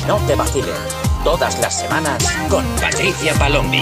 no te vacilen. Todas las semanas con Patricia Palombi.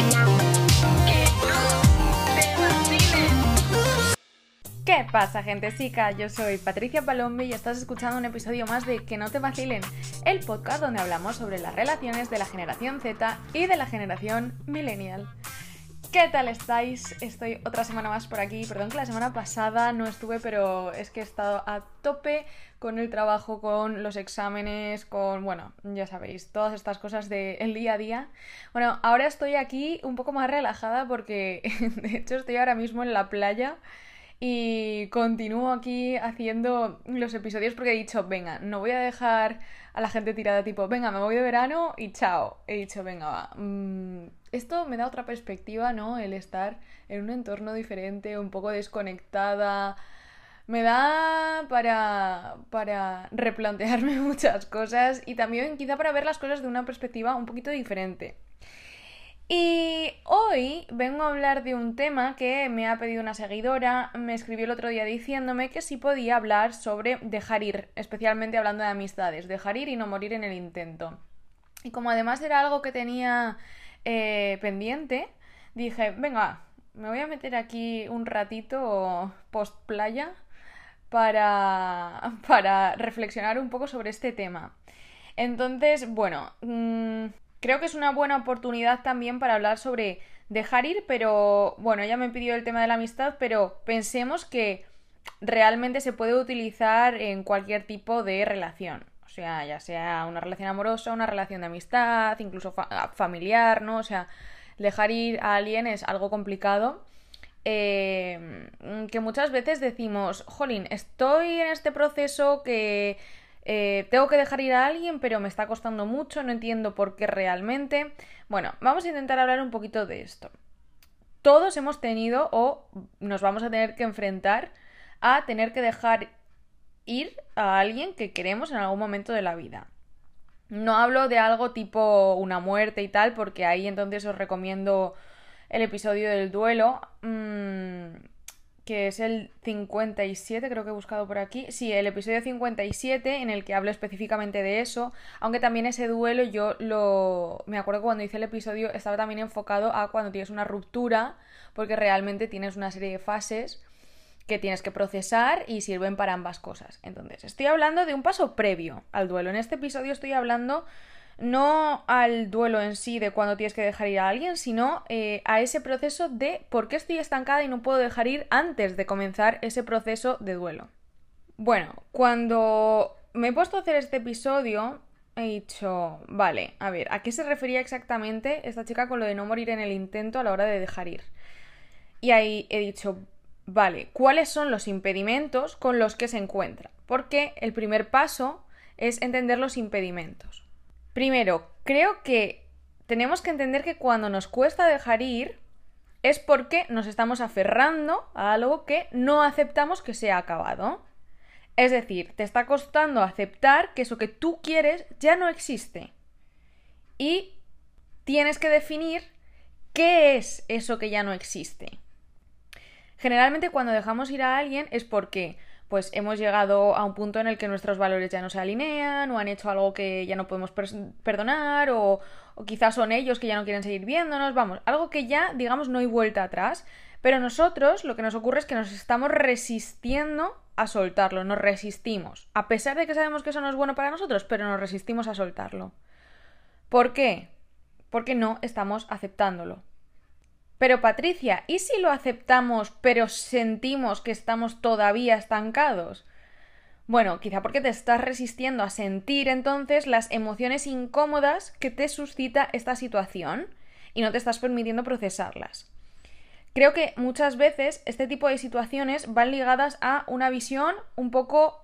¿Qué pasa, gentecica? Yo soy Patricia Palombi y estás escuchando un episodio más de Que no te vacilen, el podcast donde hablamos sobre las relaciones de la generación Z y de la generación millennial. ¿Qué tal estáis? Estoy otra semana más por aquí. Perdón que la semana pasada no estuve, pero es que he estado a tope con el trabajo, con los exámenes, con, bueno, ya sabéis, todas estas cosas del día a día. Bueno, ahora estoy aquí un poco más relajada porque, de hecho, estoy ahora mismo en la playa y continúo aquí haciendo los episodios porque he dicho, venga, no voy a dejar a la gente tirada tipo, venga, me voy de verano y chao. He dicho, venga, va. Esto me da otra perspectiva, ¿no? El estar en un entorno diferente, un poco desconectada. Me da para replantearme muchas cosas y también quizá para ver las cosas de una perspectiva un poquito diferente. Y hoy vengo a hablar de un tema que me ha pedido una seguidora. Me escribió el otro día diciéndome que sí podía hablar sobre dejar ir, especialmente hablando de amistades, dejar ir y no morir en el intento. Y como además era algo que tenía pendiente, dije, venga, me voy a meter aquí un ratito post playa para reflexionar un poco sobre este tema. Entonces, bueno, creo que es una buena oportunidad también para hablar sobre dejar ir, pero bueno, ella me pidió el tema de la amistad, pero pensemos que realmente se puede utilizar en cualquier tipo de relación. O sea, ya sea una relación amorosa, una relación de amistad, incluso familiar, ¿no? O sea, dejar ir a alguien es algo complicado. Que muchas veces decimos, jolín, estoy en este proceso que tengo que dejar ir a alguien, pero me está costando mucho, no entiendo por qué realmente. Bueno, vamos a intentar hablar un poquito de esto. Todos hemos tenido o nos vamos a tener que enfrentar a tener que dejar ir a alguien que queremos en algún momento de la vida. No hablo de algo tipo una muerte y tal, porque ahí entonces os recomiendo el episodio del duelo, que es el 57, creo que he buscado por aquí. Sí, el episodio 57 en el que hablo específicamente de eso, aunque también ese duelo me acuerdo que cuando hice el episodio estaba también enfocado a cuando tienes una ruptura, porque realmente tienes una serie de fases que tienes que procesar y sirven para ambas cosas. Entonces, estoy hablando de un paso previo al duelo. En este episodio estoy hablando no al duelo en sí de cuando tienes que dejar ir a alguien, sino a ese proceso de por qué estoy estancada y no puedo dejar ir antes de comenzar ese proceso de duelo. Bueno, cuando me he puesto a hacer este episodio he dicho, vale, a ver, ¿a qué se refería exactamente esta chica con lo de no morir en el intento a la hora de dejar ir? Y ahí he dicho, vale, ¿cuáles son los impedimentos con los que se encuentra? Porque el primer paso es entender los impedimentos. Primero, creo que tenemos que entender que cuando nos cuesta dejar ir es porque nos estamos aferrando a algo que no aceptamos que se ha acabado. Es decir, te está costando aceptar que eso que tú quieres ya no existe. Y tienes que definir qué es eso que ya no existe. Generalmente cuando dejamos ir a alguien es porque pues hemos llegado a un punto en el que nuestros valores ya no se alinean o han hecho algo que ya no podemos perdonar o quizás son ellos que ya no quieren seguir viéndonos, vamos, algo que ya, digamos, no hay vuelta atrás, pero nosotros lo que nos ocurre es que nos estamos resistiendo a soltarlo, nos resistimos, a pesar de que sabemos que eso no es bueno para nosotros, pero nos resistimos a soltarlo. ¿Por qué? Porque no estamos aceptándolo. Pero Patricia, ¿y si lo aceptamos pero sentimos que estamos todavía estancados? Bueno, quizá porque te estás resistiendo a sentir entonces las emociones incómodas que te suscita esta situación y no te estás permitiendo procesarlas. Creo que muchas veces este tipo de situaciones van ligadas a una visión un poco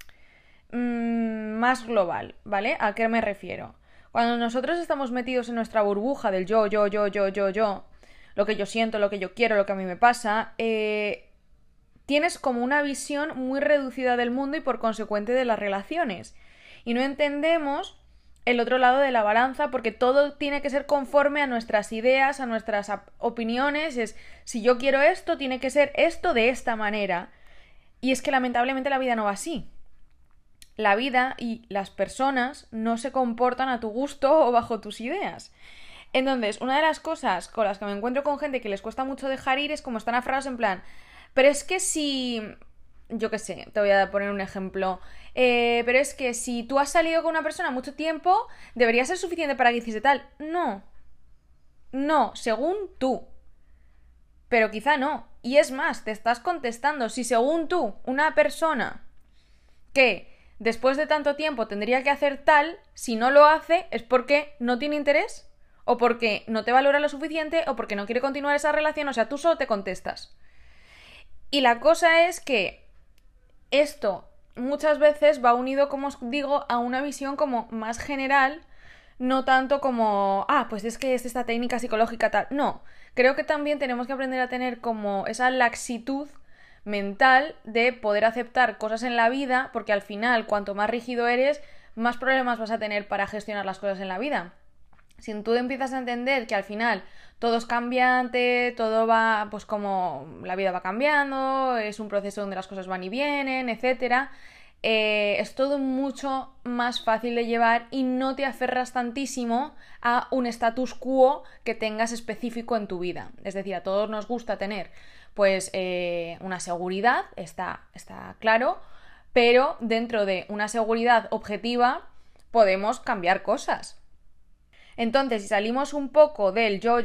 más global, ¿vale? ¿A qué me refiero? Cuando nosotros estamos metidos en nuestra burbuja del yo, lo que yo siento, lo que yo quiero, lo que a mí me pasa, tienes como una visión muy reducida del mundo y por consecuente de las relaciones. Y no entendemos el otro lado de la balanza porque todo tiene que ser conforme a nuestras ideas, a nuestras opiniones. Es, si yo quiero esto, tiene que ser esto de esta manera. Y es que lamentablemente la vida no va así. la vida y las personas no se comportan a tu gusto o bajo tus ideas. Entonces, una de las cosas con las que me encuentro con gente que les cuesta mucho dejar ir es como están aferrados en plan, pero es que si... Yo qué sé, te voy a poner un ejemplo. Pero es que si tú has salido con una persona mucho tiempo, debería ser suficiente para que hiciese tal. No. No, según tú. Pero quizá no. Y es más, te estás contestando si según tú, una persona que después de tanto tiempo tendría que hacer tal, si no lo hace, es porque no tiene interés, o porque no te valora lo suficiente, o porque no quiere continuar esa relación. O sea, tú solo te contestas. Y la cosa es que esto muchas veces va unido, como os digo, a una visión como más general, no tanto como, pues es que es esta técnica psicológica tal. No, creo que también tenemos que aprender a tener como esa laxitud mental de poder aceptar cosas en la vida, porque al final, cuanto más rígido eres, más problemas vas a tener para gestionar las cosas en la vida. Si tú empiezas a entender que al final todo es cambiante, todo va, pues como la vida va cambiando, es un proceso donde las cosas van y vienen, etcétera, es todo mucho más fácil de llevar y no te aferras tantísimo a un status quo que tengas específico en tu vida. Es decir, a todos nos gusta tener pues una seguridad, está claro, pero dentro de una seguridad objetiva podemos cambiar cosas. Entonces, si salimos un poco del yo,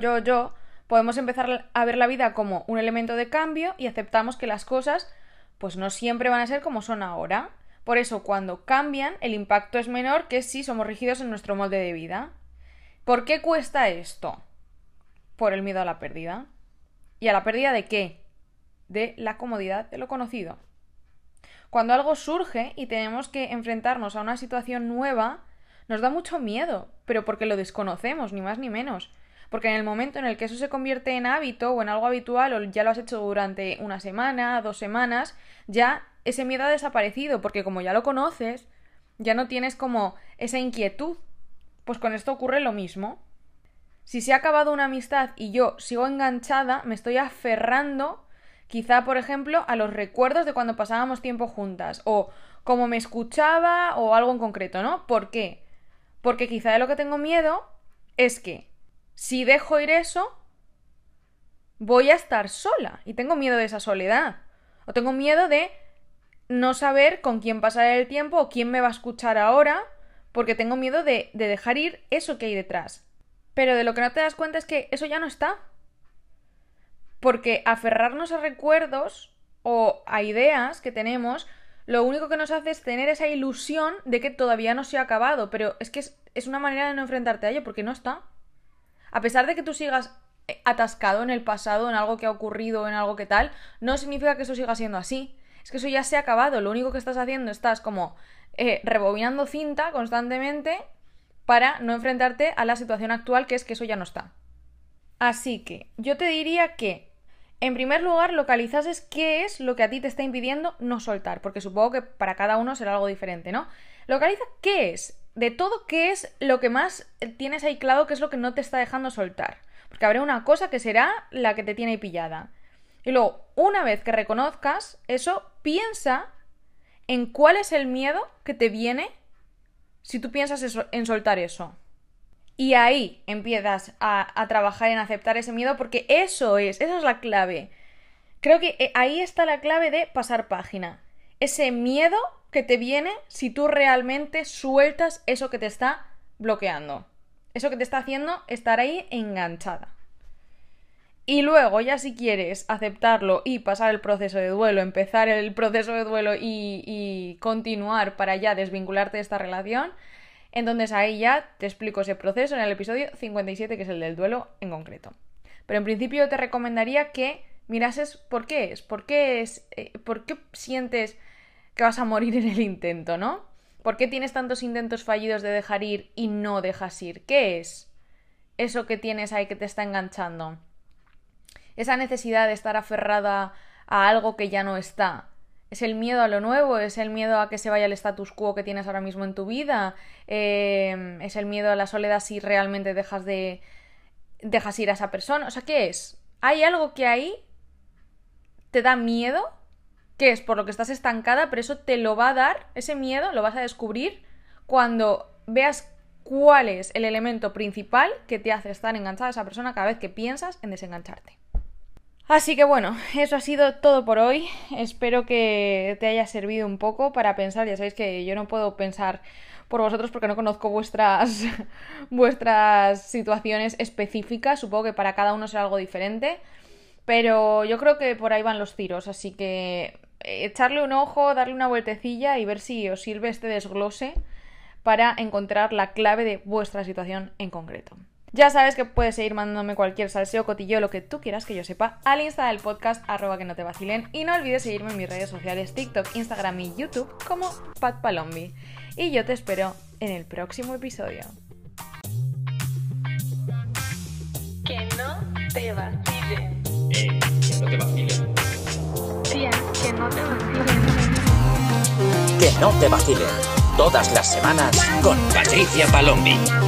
podemos empezar a ver la vida como un elemento de cambio y aceptamos que las cosas pues no siempre van a ser como son ahora. Por eso, cuando cambian, el impacto es menor que si somos rígidos en nuestro molde de vida. ¿Por qué cuesta esto? Por el miedo a la pérdida. ¿Y a la pérdida de qué? De la comodidad de lo conocido. Cuando algo surge y tenemos que enfrentarnos a una situación nueva, nos da mucho miedo, pero porque lo desconocemos, ni más ni menos. Porque en el momento en el que eso se convierte en hábito o en algo habitual, o ya lo has hecho durante una semana, 2 semanas, ya ese miedo ha desaparecido, porque como ya lo conoces, ya no tienes como esa inquietud. Pues con esto ocurre lo mismo. Si se ha acabado una amistad y yo sigo enganchada, me estoy aferrando, quizá, por ejemplo, a los recuerdos de cuando pasábamos tiempo juntas, o cómo me escuchaba, o algo en concreto, ¿no? ¿Por qué? Porque quizá de lo que tengo miedo es que si dejo ir eso, voy a estar sola. Y tengo miedo de esa soledad. O tengo miedo de no saber con quién pasar el tiempo o quién me va a escuchar ahora, porque tengo miedo de dejar ir eso que hay detrás. Pero de lo que no te das cuenta es que eso ya no está. Porque aferrarnos a recuerdos o a ideas que tenemos, lo único que nos hace es tener esa ilusión de que todavía no se ha acabado, pero es que es una manera de no enfrentarte a ello, porque no está. A pesar de que tú sigas atascado en el pasado, en algo que ha ocurrido, en algo que tal, no significa que eso siga siendo así. Es que eso ya se ha acabado, lo único que estás haciendo, estás como rebobinando cinta constantemente para no enfrentarte a la situación actual, que es que eso ya no está. Así que yo te diría que, en primer lugar, localizases qué es lo que a ti te está impidiendo no soltar, porque supongo que para cada uno será algo diferente, ¿no? Localiza qué es, de todo qué es lo que más tienes ahí claro, qué es lo que no te está dejando soltar. Porque habrá una cosa que será la que te tiene ahí pillada. Y luego, una vez que reconozcas eso, piensa en cuál es el miedo que te viene si tú piensas en soltar eso. Y ahí empiezas a trabajar en aceptar ese miedo, porque esa es la clave. Creo que ahí está la clave de pasar página. Ese miedo que te viene si tú realmente sueltas eso que te está bloqueando. Eso que te está haciendo estar ahí enganchada. Y luego, ya si quieres aceptarlo y pasar el proceso de duelo, empezar el proceso de duelo y continuar para ya desvincularte de esta relación, entonces ahí ya te explico ese proceso en el episodio 57, que es el del duelo en concreto. Pero en principio yo te recomendaría que mirases por qué sientes que vas a morir en el intento, ¿no? ¿Por qué tienes tantos intentos fallidos de dejar ir y no dejas ir? ¿Qué es eso que tienes ahí que te está enganchando? Esa necesidad de estar aferrada a algo que ya no está. ¿Es el miedo a lo nuevo? ¿Es el miedo a que se vaya el status quo que tienes ahora mismo en tu vida? ¿Es el miedo a la soledad si realmente dejas ir a esa persona? O sea, ¿qué es? ¿Hay algo que ahí te da miedo qué es por lo que estás estancada, pero eso te lo va a dar, ese miedo lo vas a descubrir cuando veas cuál es el elemento principal que te hace estar enganchada a esa persona cada vez que piensas en desengancharte. Así que bueno, eso ha sido todo por hoy. Espero que te haya servido un poco para pensar. Ya sabéis que yo no puedo pensar por vosotros porque no conozco vuestras situaciones específicas. Supongo que para cada uno será algo diferente. Pero yo creo que por ahí van los tiros. Así que echarle un ojo, darle una vueltecilla y ver si os sirve este desglose para encontrar la clave de vuestra situación en concreto. Ya sabes que puedes seguir mandándome cualquier salseo, cotilleo, lo que tú quieras que yo sepa, al Insta del podcast, @quenotevacilen, y no olvides seguirme en mis redes sociales, TikTok, Instagram y YouTube como Pat Palombi. Y yo te espero en el próximo episodio. Que no te vacilen. Que no te vacilen. Tía, que no te vacilen. Que no te vacilen. Todas las semanas con Patricia Palombi.